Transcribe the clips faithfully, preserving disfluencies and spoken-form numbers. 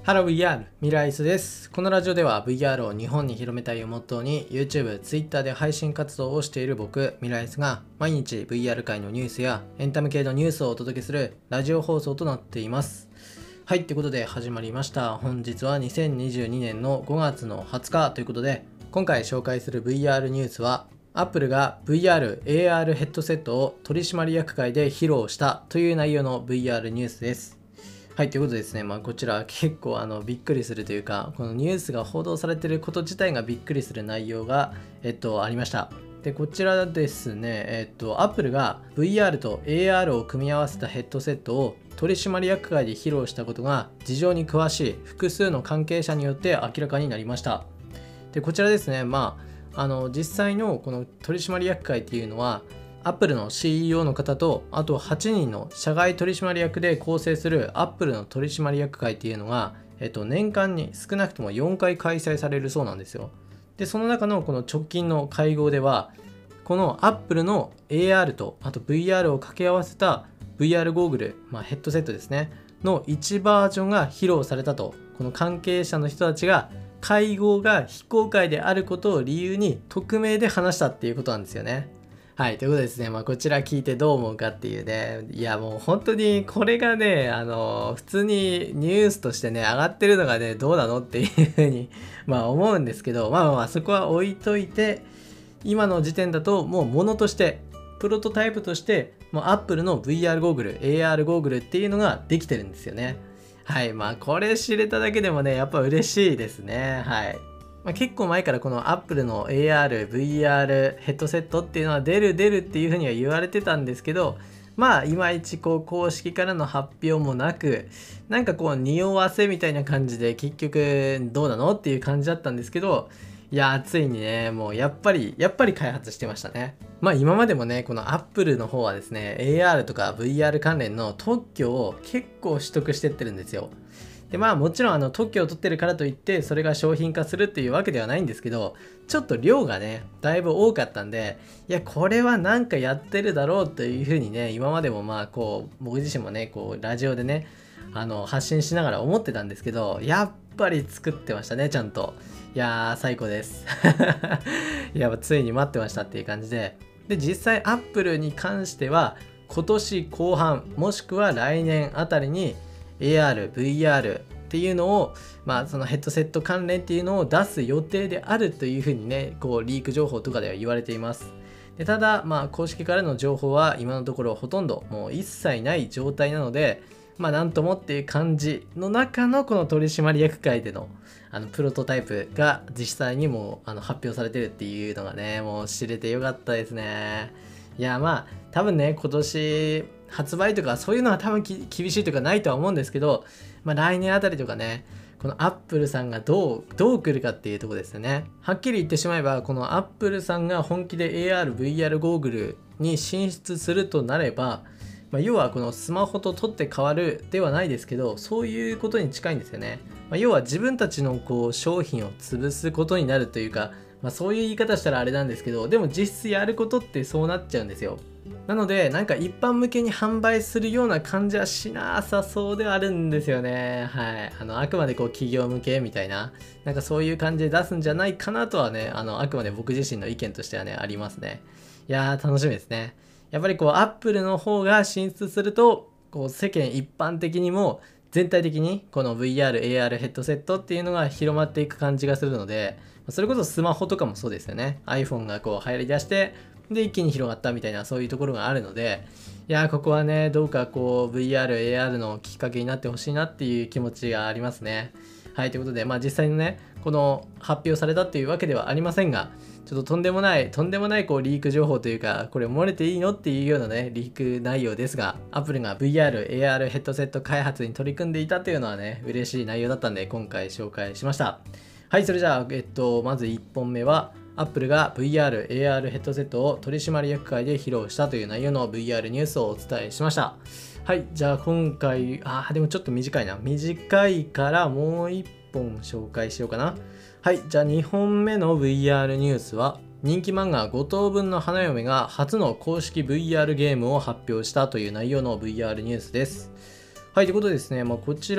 ハロー ブイアール ミライスです。このラジオでは ブイアール を日本に広めたいをモットーに YouTube、Twitter で配信活動をしている僕、ミライスが毎日 ブイアール 界のニュースやエンタメ系のニュースをお届けするラジオ放送となっています。はい、ということで始まりました。本日はにせんにじゅうにねんのごがつのはつかということで、今回紹介する ブイアール ニュースはApple が ブイアール、エーアール ヘッドセットを取締役会で披露したという内容の ブイアール ニュースです。はい、ということでですね、まあ、こちら結構あのびっくりするというか、このニュースが報道されていること自体がびっくりする内容が、えっと、ありました。で、こちらですね、えっと、Apple が ブイアール と エーアール を組み合わせたヘッドセットを取締役会で披露したことが、事情に詳しい複数の関係者によって明らかになりました。で、こちらですね、まあ、あの実際のこの取締役会っていうのは、Apple の シーイーオー の方とあとはちにんの社外取締役で構成する Apple の取締役会っていうのが、えっと、年間に少なくともよんかい開催されるそうなんですよ。で、その中のこの直近の会合では、この Apple の エーアール とあと ブイアール を掛け合わせた ブイアール ゴーグル、まあ、ヘッドセットですねのいちバージョンが披露されたと、この関係者の人たちが会合が非公開であることを理由に匿名で話したっていうことなんですよね。はい、ということでですね、まあ、こちら聞いてどう思うかっていうね、いやもう本当にこれがね、あの普通にニュースとしてね、上がってるのがね、どうなのっていうふうにまあ思うんですけど、まあまあまあそこは置いといて、今の時点だともう物として、プロトタイプとして、もう Apple の ブイアール ゴーグル、エーアール ゴーグルっていうのができてるんですよね。はい、まあこれ知れただけでもね、やっぱ嬉しいですね。はい。まあ、結構前からこの Apple の エーアール、ブイアール ヘッドセットっていうのは出る出るっていうふうには言われてたんですけど、まあいまいちこう公式からの発表もなく、なんかこう匂わせみたいな感じで結局どうなのっていう感じだったんですけど、いやついにね、もうやっぱりやっぱり開発してましたね。まあ今までもね、この Apple の方はですね、エーアール とか ブイアール 関連の特許を結構取得してってるんですよ。でまあもちろんあの特許を取ってるからといってそれが商品化するっていうわけではないんですけど、ちょっと量がねだいぶ多かったんで、いやこれはなんかやってるだろうというふうにね、今までもまあこう僕自身もねこうラジオでねあの発信しながら思ってたんですけど、やっぱり作ってましたね、ちゃんと。いやー最高ですいやついに待ってましたっていう感じで、で実際 Apple に関しては今年後半もしくは来年あたりにエーアール、ブイアール っていうのを、まあそのヘッドセット関連っていうのを出す予定であるというふうにね、こうリーク情報とかでは言われています。でただ、まあ公式からの情報は今のところほとんどもう一切ない状態なので、まあなんともっていう感じの中のこの取締役会でのあのプロトタイプが実際にもあの発表されてるっていうのがね、もう知れてよかったですね。いやまあ多分ね今年発売とかそういうのは多分厳しいとかないとは思うんですけど、まあ、来年あたりとかね、この Apple さんがどうどう来るかっていうところですよね。はっきり言ってしまえばこの Apple さんが本気で エーアール、ブイアール ゴーグルに進出するとなれば、まあ、要はこのスマホと取って変わるではないですけど、そういうことに近いんですよね。まあ、要は自分たちのこう商品を潰すことになるというか、まあ、そういう言い方したらあれなんですけど、でも実質やることってそうなっちゃうんですよ。なのでなんか一般向けに販売するような感じはしなさそうではあるんですよね。はい。あのあくまでこう企業向けみたいな、なんかそういう感じで出すんじゃないかなとはね、あのあくまで僕自身の意見としてはねありますね。いやー楽しみですね。やっぱりこう Apple の方が進出すると、こう世間一般的にも全体的にこの ブイアール、エーアール ヘッドセットっていうのが広まっていく感じがするので、それこそスマホとかもそうですよね。iPhone がこう流行り出してで一気に広がったみたいなそういうところがあるので、いやーここはねどうかこう ブイアール、エーアール のきっかけになってほしいなっていう気持ちがありますね。はい、ということでまあ実際のねこの発表されたっていうわけではありませんが、ちょっととんでもないとんでもないこうリーク情報というか、これ漏れていいのっていうようなねリーク内容ですが、Apple が ブイアール、エーアール ヘッドセット開発に取り組んでいたというのはね嬉しい内容だったんで今回紹介しました。はい、それじゃあえっとまずいっぽんめはApple が ブイアール、エーアール ヘッドセットを取締役会で披露したという内容の ブイアール ニュースをお伝えしました。はい、じゃあ今回、あ、でもちょっと短いな。短いからもういっぽん紹介しようかな。はい、じゃあにほんめの ブイアール ニュースは、人気漫画ご等分の花嫁が初の公式 ブイアール ゲームを発表したという内容の ブイアール ニュースです。はい、ということでですね、まあ、こちら、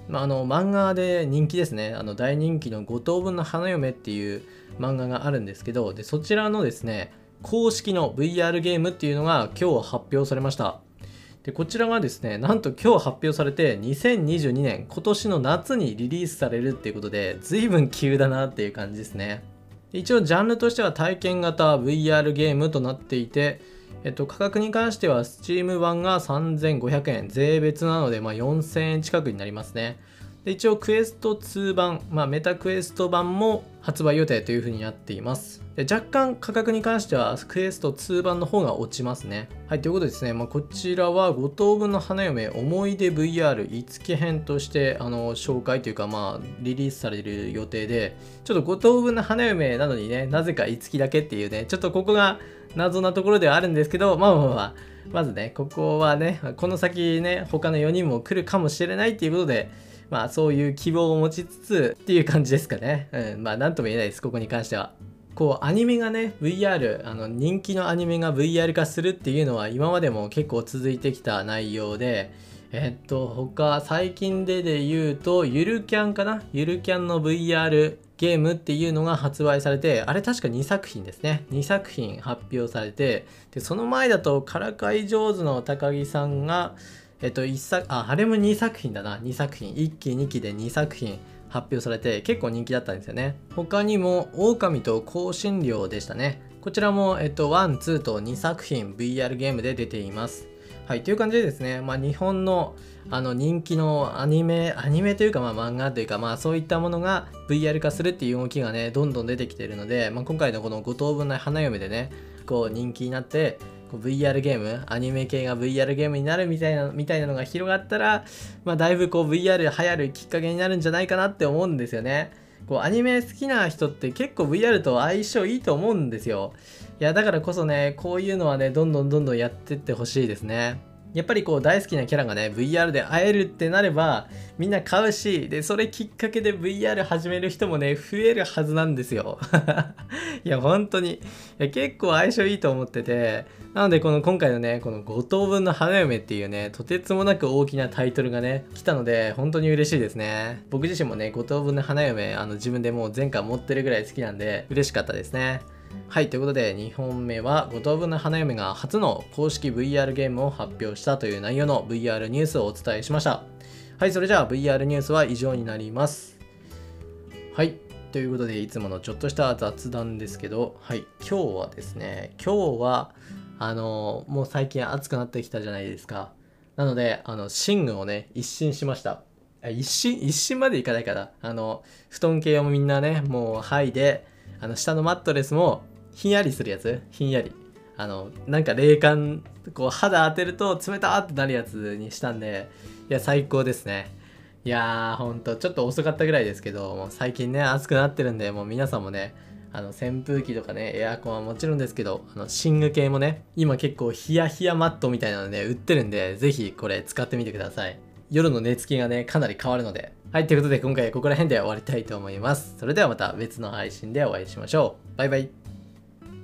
まあ、あの漫画で人気ですね。あの大人気の五等分の花嫁っていう漫画があるんですけど、でそちらのですね、公式の ブイアール ゲームっていうのが今日発表されました。でこちらがですね、なんと今日発表されてにせんにじゅうにねん今年の夏にリリースされるっていうことで、随分急だなっていう感じですね。一応ジャンルとしては体験型 ブイアール ゲームとなっていて、えっと、価格に関しては Steam 版がさんぜんごひゃくえん、税別なのでまあよんせんえん近くになりますね。で一応クエストツー版、まあ、メタクエスト版も発売予定というふうになっています。で若干価格に関してはクエストツー版の方が落ちますね。はい、ということでですね、まあ、こちらはご等分の花嫁思い出 ブイアール 五木編としてあの紹介というか、まあ、リリースされる予定で、ちょっとご等分の花嫁なのにね、なぜか五木だけっていうね、ちょっとここが謎なところではあるんですけど、まあまあまあ、まずね、ここはね、この先ね、他のよにんも来るかもしれないっていうことで、まあそういう希望を持ちつつっていう感じですかね。うん、まあなんとも言えないです、ここに関しては。こうアニメがね ブイアール あの人気のアニメが ブイアール 化するっていうのは今までも結構続いてきた内容で、えっと他最近でで言うとゆるキャンかな、ゆるキャンの ブイアール ゲームっていうのが発売されて、あれ確かにさく品ですね、にさく品発表されて、でその前だとからかい上手の高木さんがえっといっさくああれもにさく品だな、にさく品いっきにきでにさく品発表されて結構人気だったんですよね。他にも狼と香辛料でしたね。こちらもえっといち、にとにさく品 ブイアール ゲームで出ています。はい、という感じでですね、まあ、日本のあの人気のアニメアニメというかまあ漫画というかまあそういったものが ブイアール 化するっていう動きがねどんどん出てきているので、まあ、今回のこのご等分の花嫁でねこう人気になってブイアール ゲーム、アニメ系が ブイアール ゲームになるみたいなみたいなのが広がったら、まあ、だいぶこう ブイアール 流行るきっかけになるんじゃないかなって思うんですよね。こうアニメ好きな人って結構 ブイアール と相性いいと思うんですよ。いやだからこそね、こういうのはねどんどんどんどんやってってほしいですね。やっぱりこう大好きなキャラがね ブイアール で会えるってなればみんな買うし、でそれきっかけで ブイアール 始める人もね増えるはずなんですよ。いや本当にいや結構相性いいと思ってて、なのでこの今回のねこのご等分の花嫁っていうねとてつもなく大きなタイトルがね来たので本当に嬉しいですね。僕自身もねご等分の花嫁あの自分でもう前回持ってるぐらい好きなんで嬉しかったですね。はい、ということでにほんめはご等分の花嫁が初の公式 ブイアール ゲームを発表したという内容の ブイアール ニュースをお伝えしました。はい、それじゃあ ブイアール ニュースは以上になります。はい、ということでいつものちょっとした雑談ですけど、はい、今日はですね、今日はあのもう最近暑くなってきたじゃないですか。なのであの寝具をね一新しました。一新一新までいかないかな。あの布団系をみんなねもう剥いで、あの下のマットレスもひんやりするやつ、ひんやりあのなんか冷感、こう肌当てると冷たってなるやつにしたんで、いや最高ですね。いやーほんとちょっと遅かったぐらいですけど、もう最近ね暑くなってるんで、もう皆さんもねあの扇風機とかねエアコンはもちろんですけど、あの寝具系もね今結構ヒヤヒヤマットみたいなのね売ってるんで、ぜひこれ使ってみてください。夜の寝つきがねかなり変わるので。はい、ということで今回はここら辺で終わりたいと思います。それではまた別の配信でお会いしましょう。バイバイ。